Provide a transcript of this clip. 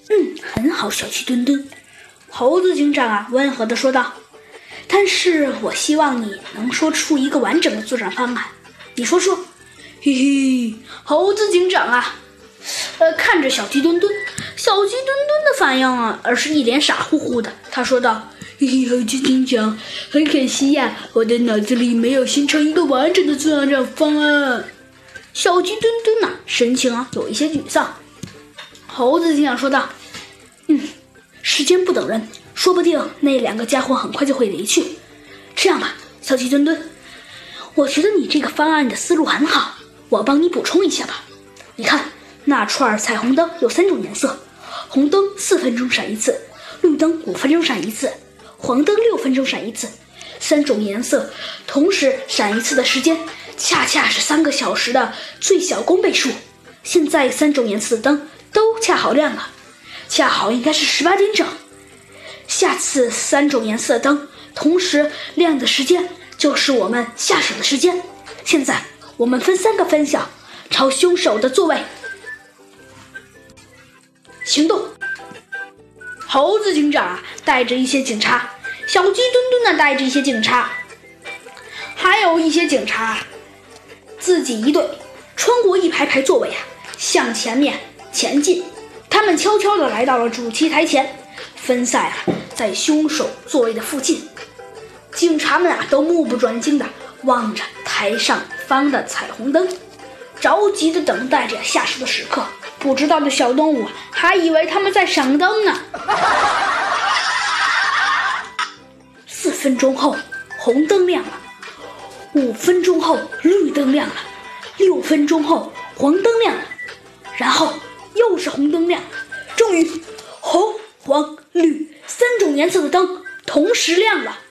很好，小鸡墩墩。猴子警长温和地说道。但是我希望你能说出一个完整的作战方案，你说说。嘿嘿，猴子警长看着小鸡墩墩，小鸡墩墩的反应而是一脸傻乎乎的。他说道：嘿嘿，猴子警长，很可惜我的脑子里没有形成一个完整的作战方案。小鸡墩墩神情有一些沮丧。猴子警长说道：时间不等人，说不定那2个家伙很快就会离去。这样吧，小鸡墩墩，我觉得你这个方案的思路很好，我帮你补充一下吧。你看，那串彩虹灯有3种颜色，红灯4分钟闪一次，绿灯5分钟闪一次，黄灯6分钟闪一次。3种颜色同时闪一次的时间，恰恰是3个小时的最小公倍数。现在3种颜色的灯都恰好亮了，恰好应该是18点整。下次3种颜色的灯同时亮的时间，就是我们下手的时间。现在我们分3个方向，朝凶手的座位行动。猴子警长带着一些警察，小鸡墩墩带着一些警察，还有一些警察自己一队，穿过一排排座位向前面前进。他们悄悄地来到了主席台前，分散在凶手座位的附近。警察们都目不转睛地望着台上方的彩虹灯，着急地等待着下手的时刻。不知道的小动物还以为他们在赏灯呢。4分钟后，红灯亮了；5分钟后，绿灯亮了；6分钟后，黄灯亮了，然后又是红灯亮。终于，红、黄、绿3种颜色的灯同时亮了。